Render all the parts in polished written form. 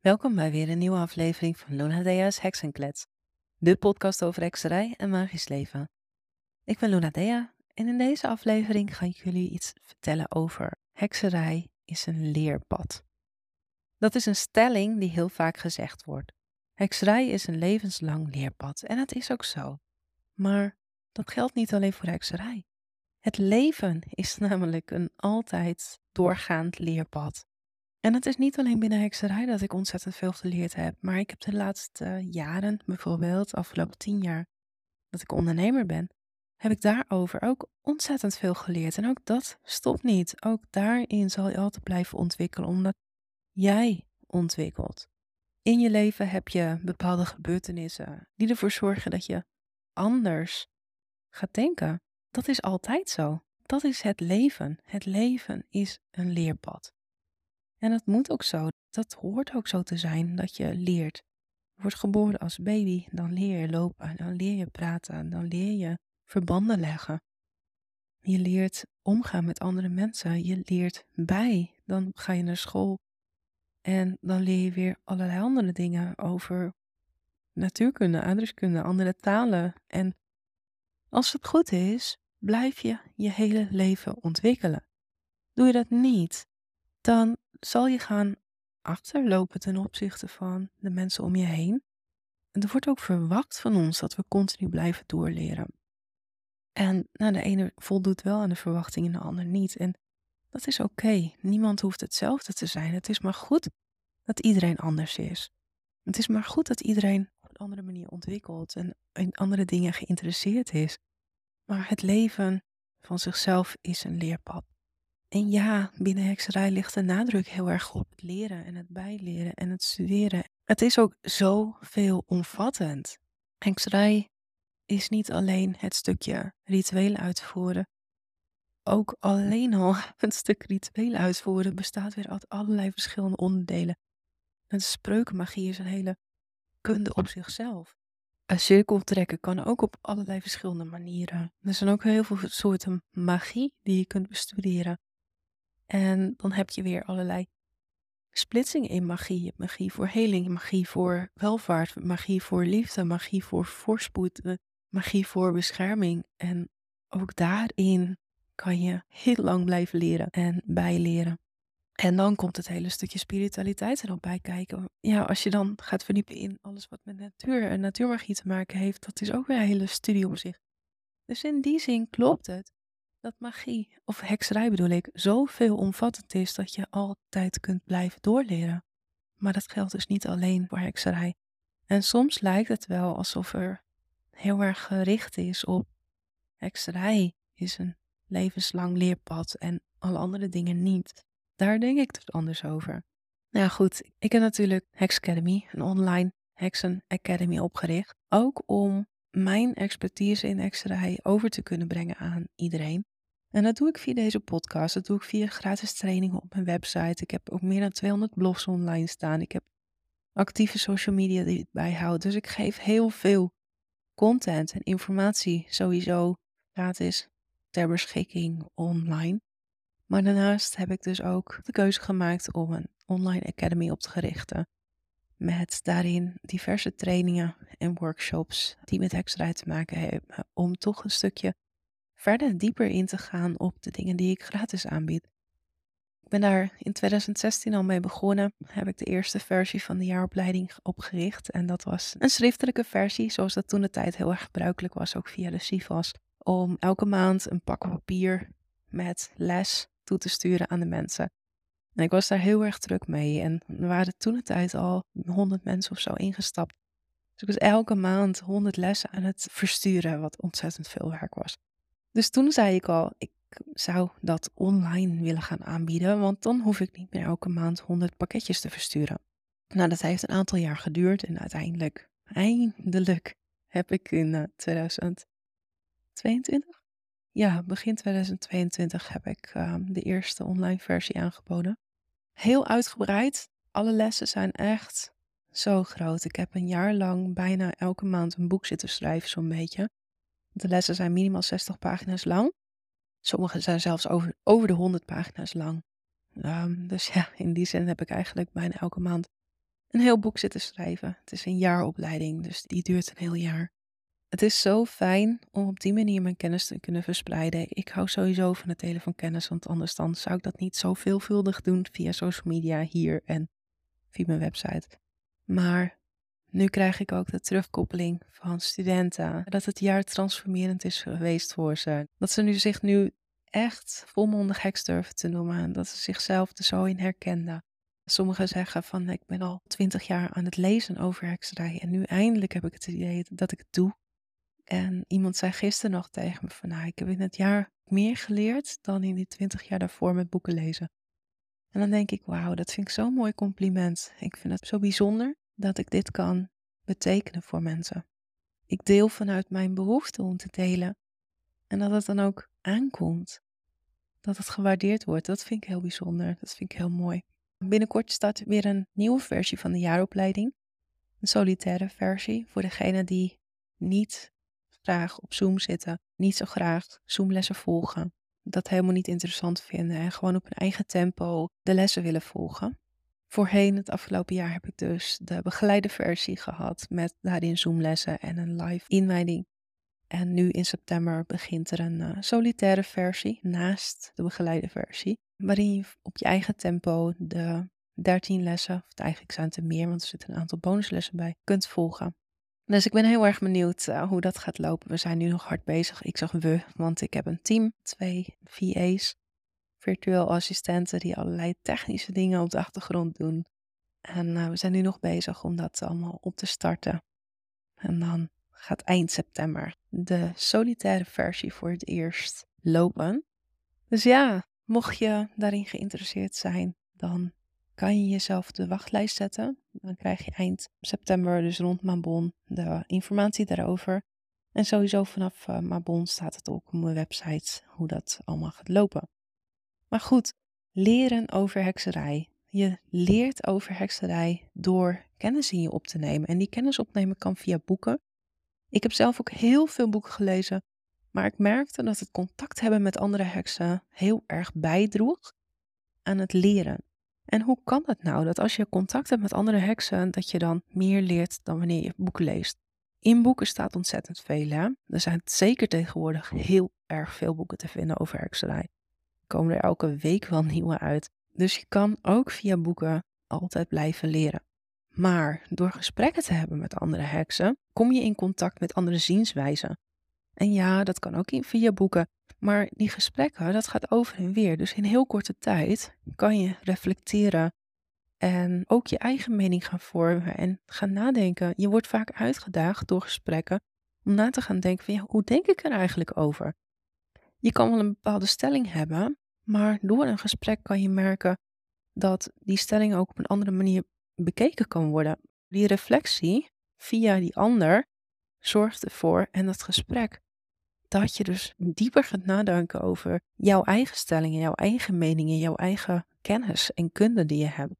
Welkom bij weer een nieuwe aflevering van Luna Dea's Heksenklets, de podcast over hekserij en magisch leven. Ik ben Luna Dea en in deze aflevering ga ik jullie iets vertellen over hekserij is een leerpad. Dat is een stelling die heel vaak gezegd wordt. Hekserij is een levenslang leerpad en dat is ook zo. Maar dat geldt niet alleen voor hekserij. Het leven is namelijk een altijd doorgaand leerpad. En het is niet alleen binnen hekserij dat ik ontzettend veel geleerd heb, maar ik heb de laatste jaren, bijvoorbeeld de afgelopen 10 jaar dat ik ondernemer ben, heb ik daarover ook ontzettend veel geleerd. En ook dat stopt niet. Ook daarin zal je altijd blijven ontwikkelen, omdat jij ontwikkelt. In je leven heb je bepaalde gebeurtenissen die ervoor zorgen dat je anders gaat denken. Dat is altijd zo. Dat is het leven. Het leven is een leerpad. En dat moet ook zo. Dat hoort ook zo te zijn dat je leert. Je wordt geboren als baby, dan leer je lopen, dan leer je praten, dan leer je verbanden leggen. Je leert omgaan met andere mensen, je leert bij, dan ga je naar school en dan leer je weer allerlei andere dingen over natuurkunde, aardrijkskunde, andere talen. En als het goed is, blijf je je hele leven ontwikkelen. Doe je dat niet, dan zal je gaan achterlopen ten opzichte van de mensen om je heen. En er wordt ook verwacht van ons dat we continu blijven doorleren. En nou, de ene voldoet wel aan de verwachting en de ander niet. En dat is oké. Niemand hoeft hetzelfde te zijn. Het is maar goed dat iedereen anders is. Het is maar goed dat iedereen op een andere manier ontwikkelt en in andere dingen geïnteresseerd is. Maar het leven van zichzelf is een leerpad. En ja, binnen hekserij ligt de nadruk heel erg op het leren en het bijleren en het studeren. Het is ook zo veelomvattend. Hekserij is niet alleen het stukje rituelen uitvoeren. Ook alleen al het stuk rituelen uitvoeren bestaat weer uit allerlei verschillende onderdelen. En spreukenmagie is een hele kunde op zichzelf. Een cirkel trekken kan ook op allerlei verschillende manieren. Er zijn ook heel veel soorten magie die je kunt bestuderen. En dan heb je weer allerlei splitsingen in magie. Je hebt magie voor heling, magie voor welvaart, magie voor liefde, magie voor voorspoed, magie voor bescherming. En ook daarin kan je heel lang blijven leren en bijleren. En dan komt het hele stukje spiritualiteit er nog bij kijken. Ja, als je dan gaat verdiepen in alles wat met natuur en natuurmagie te maken heeft, dat is ook weer een hele studie op zich. Dus in die zin klopt het dat magie, of hekserij bedoel ik, zo veelomvattend is dat je altijd kunt blijven doorleren. Maar dat geldt dus niet alleen voor hekserij. En soms lijkt het wel alsof er heel erg gericht is op hekserij is een levenslang leerpad en alle andere dingen niet. Daar denk ik dus anders over. Nou ja, goed, ik heb natuurlijk Hex Academy, een online Hexen Academy opgericht. Ook om mijn expertise in hekserij over te kunnen brengen aan iedereen. En dat doe ik via deze podcast. Dat doe ik via gratis trainingen op mijn website. Ik heb ook meer dan 200 blogs online staan. Ik heb actieve social media die ik bijhoud. Dus ik geef heel veel content en informatie sowieso gratis ter beschikking online. Maar daarnaast heb ik dus ook de keuze gemaakt om een online academy op te richten. Met daarin diverse trainingen en workshops die met hekserij te maken hebben. Om toch een stukje verder dieper in te gaan op de dingen die ik gratis aanbied. Ik ben daar in 2016 al mee begonnen. Heb ik de eerste versie van de jaaropleiding opgericht. En dat was een schriftelijke versie, zoals dat toen de tijd heel erg gebruikelijk was, ook via de CIFAS. Om elke maand een pak papier met les toe te sturen aan de mensen. En ik was daar heel erg druk mee. En er waren toen de tijd al 100 mensen of zo ingestapt. Dus ik was elke maand 100 lessen aan het versturen, wat ontzettend veel werk was. Dus toen zei ik al, ik zou dat online willen gaan aanbieden, want dan hoef ik niet meer elke maand 100 pakketjes te versturen. Nou, dat heeft een aantal jaar geduurd en eindelijk heb ik in 2022, ja, begin 2022 heb ik de eerste online versie aangeboden. Heel uitgebreid. Alle lessen zijn echt zo groot. Ik heb een jaar lang bijna elke maand een boek zitten schrijven, zo'n beetje. De lessen zijn minimaal 60 pagina's lang. Sommige zijn zelfs over de 100 pagina's lang. Dus ja, in die zin heb ik eigenlijk bijna elke maand een heel boek zitten schrijven. Het is een jaaropleiding, dus die duurt een heel jaar. Het is zo fijn om op die manier mijn kennis te kunnen verspreiden. Ik hou sowieso van het delen van kennis, want anders dan zou ik dat niet zo veelvuldig doen via social media hier en via mijn website. Maar nu krijg ik ook de terugkoppeling van studenten dat het jaar transformerend is geweest voor ze. Dat ze zich nu echt volmondig heks durven te noemen en dat ze zichzelf er zo in herkenden. Sommigen zeggen van ik ben al 20 jaar aan het lezen over hekserij en nu eindelijk heb ik het idee dat ik het doe. En iemand zei gisteren nog tegen me van ik heb in het jaar meer geleerd dan in die 20 jaar daarvoor met boeken lezen. En dan denk ik, wauw, dat vind ik zo'n mooi compliment. Ik vind het zo bijzonder dat ik dit kan betekenen voor mensen. Ik deel vanuit mijn behoefte om te delen. En dat het dan ook aankomt. Dat het gewaardeerd wordt. Dat vind ik heel bijzonder. Dat vind ik heel mooi. Binnenkort start weer een nieuwe versie van de jaaropleiding. Een solitaire versie voor degenen die niet graag op Zoom zitten. Niet zo graag Zoomlessen volgen. Dat helemaal niet interessant vinden en gewoon op hun eigen tempo de lessen willen volgen. Voorheen, het afgelopen jaar, heb ik dus de begeleide versie gehad met daarin Zoomlessen en een live inwijding. En nu in september begint er een solitaire versie naast de begeleide versie, waarin je op je eigen tempo de 13 lessen, of eigenlijk zijn het er meer, want er zitten een aantal bonuslessen bij, kunt volgen. Dus ik ben heel erg benieuwd hoe dat gaat lopen. We zijn nu nog hard bezig. Ik zeg we, want ik heb een team, 2 VA's, virtueel assistenten die allerlei technische dingen op de achtergrond doen. En we zijn nu nog bezig om dat allemaal op te starten. En dan gaat eind september de solitaire versie voor het eerst lopen. Dus ja, mocht je daarin geïnteresseerd zijn, dan kan je jezelf op de wachtlijst zetten. Dan krijg je eind september, dus rond Mabon, de informatie daarover. En sowieso vanaf Mabon staat het ook op mijn website hoe dat allemaal gaat lopen. Maar goed, leren over hekserij. Je leert over hekserij door kennis in je op te nemen. En die kennis opnemen kan via boeken. Ik heb zelf ook heel veel boeken gelezen. Maar ik merkte dat het contact hebben met andere heksen heel erg bijdroeg aan het leren. En hoe kan het nou dat als je contact hebt met andere heksen, dat je dan meer leert dan wanneer je boeken leest? In boeken staat ontzettend veel, hè? Er zijn zeker tegenwoordig heel erg veel boeken te vinden over hekserij. Er komen er elke week wel nieuwe uit. Dus je kan ook via boeken altijd blijven leren. Maar door gesprekken te hebben met andere heksen, kom je in contact met andere zienswijzen. En ja, dat kan ook via boeken. Maar die gesprekken, dat gaat over en weer. Dus in heel korte tijd kan je reflecteren en ook je eigen mening gaan vormen en gaan nadenken. Je wordt vaak uitgedaagd door gesprekken om na te gaan denken van hoe denk ik er eigenlijk over? Je kan wel een bepaalde stelling hebben, maar door een gesprek kan je merken dat die stelling ook op een andere manier bekeken kan worden. Die reflectie via die ander zorgt ervoor en dat gesprek dat je dus dieper gaat nadenken over jouw eigen stellingen, jouw eigen meningen, jouw eigen kennis en kunde die je hebt.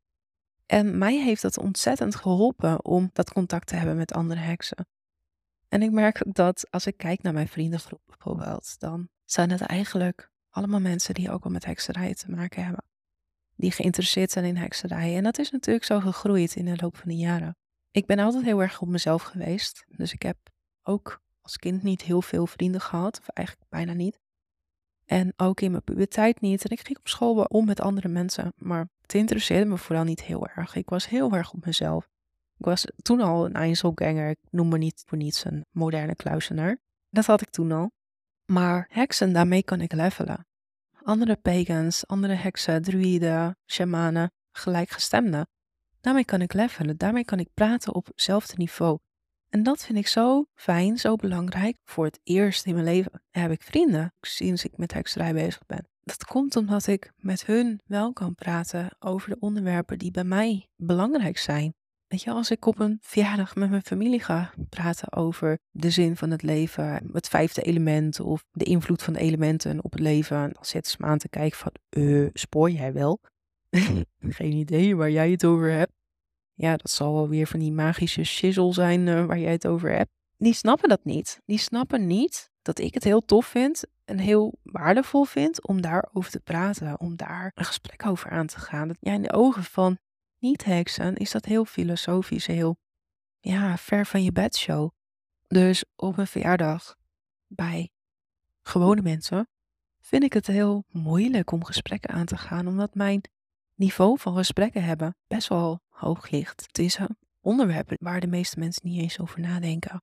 En mij heeft dat ontzettend geholpen om dat contact te hebben met andere heksen. En ik merk ook dat als ik kijk naar mijn vriendengroep bijvoorbeeld, dan zijn het eigenlijk allemaal mensen die ook al met hekserij te maken hebben. Die geïnteresseerd zijn in hekserij. En dat is natuurlijk zo gegroeid in de loop van de jaren. Ik ben altijd heel erg op mezelf geweest. Dus ik heb ook als kind niet heel veel vrienden gehad. Of eigenlijk bijna niet. En ook in mijn puberteit niet. En ik ging op school wel om met andere mensen. Maar het interesseerde me vooral niet heel erg. Ik was heel erg op mezelf. Ik was toen al een Einzelganger. Ik noem me niet voor niets een moderne kluizenaar. Dat had ik toen al. Maar heksen, daarmee kan ik levelen. Andere pagans, andere heksen, druïden, shamanen, gelijkgestemden. Daarmee kan ik levelen, daarmee kan ik praten op hetzelfde niveau. En dat vind ik zo fijn, zo belangrijk. Voor het eerst in mijn leven heb ik vrienden sinds ik met hekserij bezig ben. Dat komt omdat ik met hun wel kan praten over de onderwerpen die bij mij belangrijk zijn. Weet je, als ik op een verjaardag met mijn familie ga praten over de zin van het leven, het vijfde element of de invloed van de elementen op het leven, dan zitten ze me aan te kijken van, spoor jij wel? Geen idee waar jij het over hebt. Ja, dat zal wel weer van die magische shizzle zijn waar jij het over hebt. Die snappen dat niet. Die snappen niet dat ik het heel tof vind en heel waardevol vind om daarover te praten, om daar een gesprek over aan te gaan. Dat jij in de ogen van niet-heksen is dat heel filosofisch, heel ver van je bedshow. Dus op een verjaardag bij gewone mensen vind ik het heel moeilijk om gesprekken aan te gaan, omdat mijn niveau van gesprekken hebben best wel hoog ligt. Het is een onderwerp waar de meeste mensen niet eens over nadenken.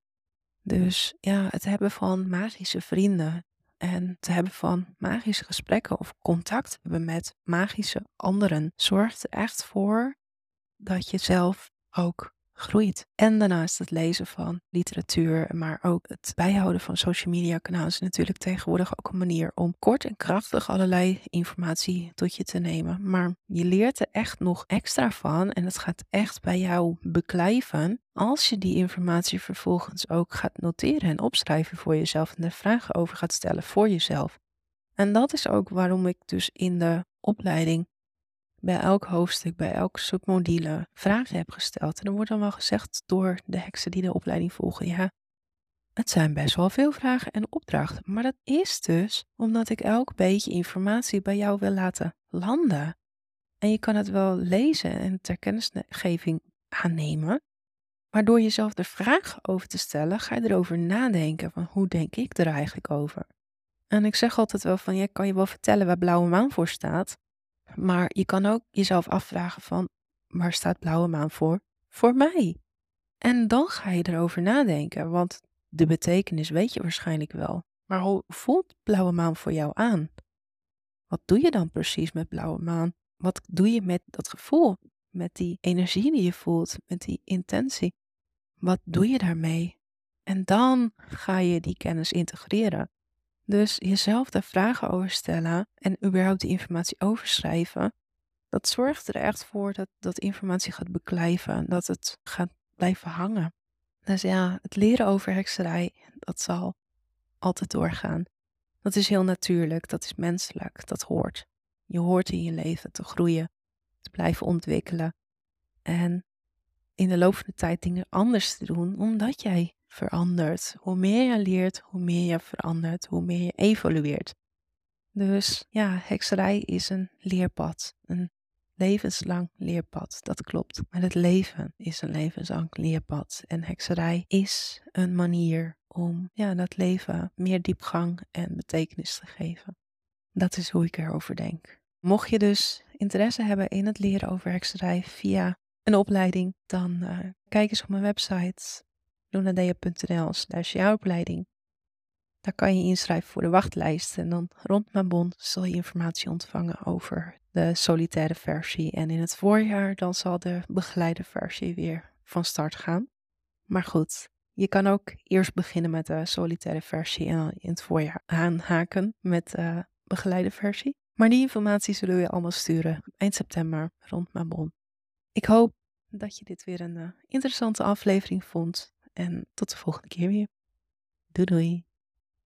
Dus ja, het hebben van magische vrienden en het hebben van magische gesprekken of contact hebben met magische anderen zorgt er echt voor dat je zelf ook groeit. En daarnaast het lezen van literatuur, maar ook het bijhouden van social media kanalen is natuurlijk tegenwoordig ook een manier om kort en krachtig allerlei informatie tot je te nemen. Maar je leert er echt nog extra van en het gaat echt bij jou beklijven als je die informatie vervolgens ook gaat noteren en opschrijven voor jezelf en er vragen over gaat stellen voor jezelf. En dat is ook waarom ik dus in de opleiding bij elk hoofdstuk, bij elk submodule vragen heb gesteld. En er wordt dan wel gezegd door de heksen die de opleiding volgen, ja, het zijn best wel veel vragen en opdrachten. Maar dat is dus omdat ik elk beetje informatie bij jou wil laten landen. En je kan het wel lezen en ter kennisgeving aannemen. Maar door jezelf er vragen over te stellen, ga je erover nadenken van hoe denk ik er eigenlijk over. En ik zeg altijd wel van, kan je wel vertellen waar blauwe maan voor staat. Maar je kan ook jezelf afvragen van, waar staat blauwe maan voor? Voor mij. En dan ga je erover nadenken, want de betekenis weet je waarschijnlijk wel. Maar hoe voelt blauwe maan voor jou aan? Wat doe je dan precies met blauwe maan? Wat doe je met dat gevoel? Met die energie die je voelt, met die intentie? Wat doe je daarmee? En dan ga je die kennis integreren. Dus jezelf daar vragen over stellen en überhaupt die informatie overschrijven, dat zorgt er echt voor dat informatie gaat beklijven, dat het gaat blijven hangen. Dus ja, het leren over hekserij, dat zal altijd doorgaan. Dat is heel natuurlijk, dat is menselijk, dat hoort. Je hoort in je leven te groeien, te blijven ontwikkelen en in de loop van de tijd dingen anders te doen, omdat jij verandert. Hoe meer je leert, hoe meer je verandert, hoe meer je evolueert. Dus ja, hekserij is een leerpad, een levenslang leerpad, dat klopt. Maar het leven is een levenslang leerpad en hekserij is een manier om dat leven meer diepgang en betekenis te geven. Dat is hoe ik erover denk. Mocht je dus interesse hebben in het leren over hekserij via een opleiding, dan kijk eens op mijn website lunadea.nl/jouropleiding. Daar kan je inschrijven voor de wachtlijst en dan rond mijn bon zal je informatie ontvangen over de solitaire versie. En in het voorjaar dan zal de begeleide versie weer van start gaan. Maar goed, je kan ook eerst beginnen met de solitaire versie en dan in het voorjaar aanhaken met de begeleide versie. Maar die informatie zullen we je allemaal sturen eind september rond mijn bon. Ik hoop dat je dit weer een interessante aflevering vond en tot de volgende keer weer. Doei doei!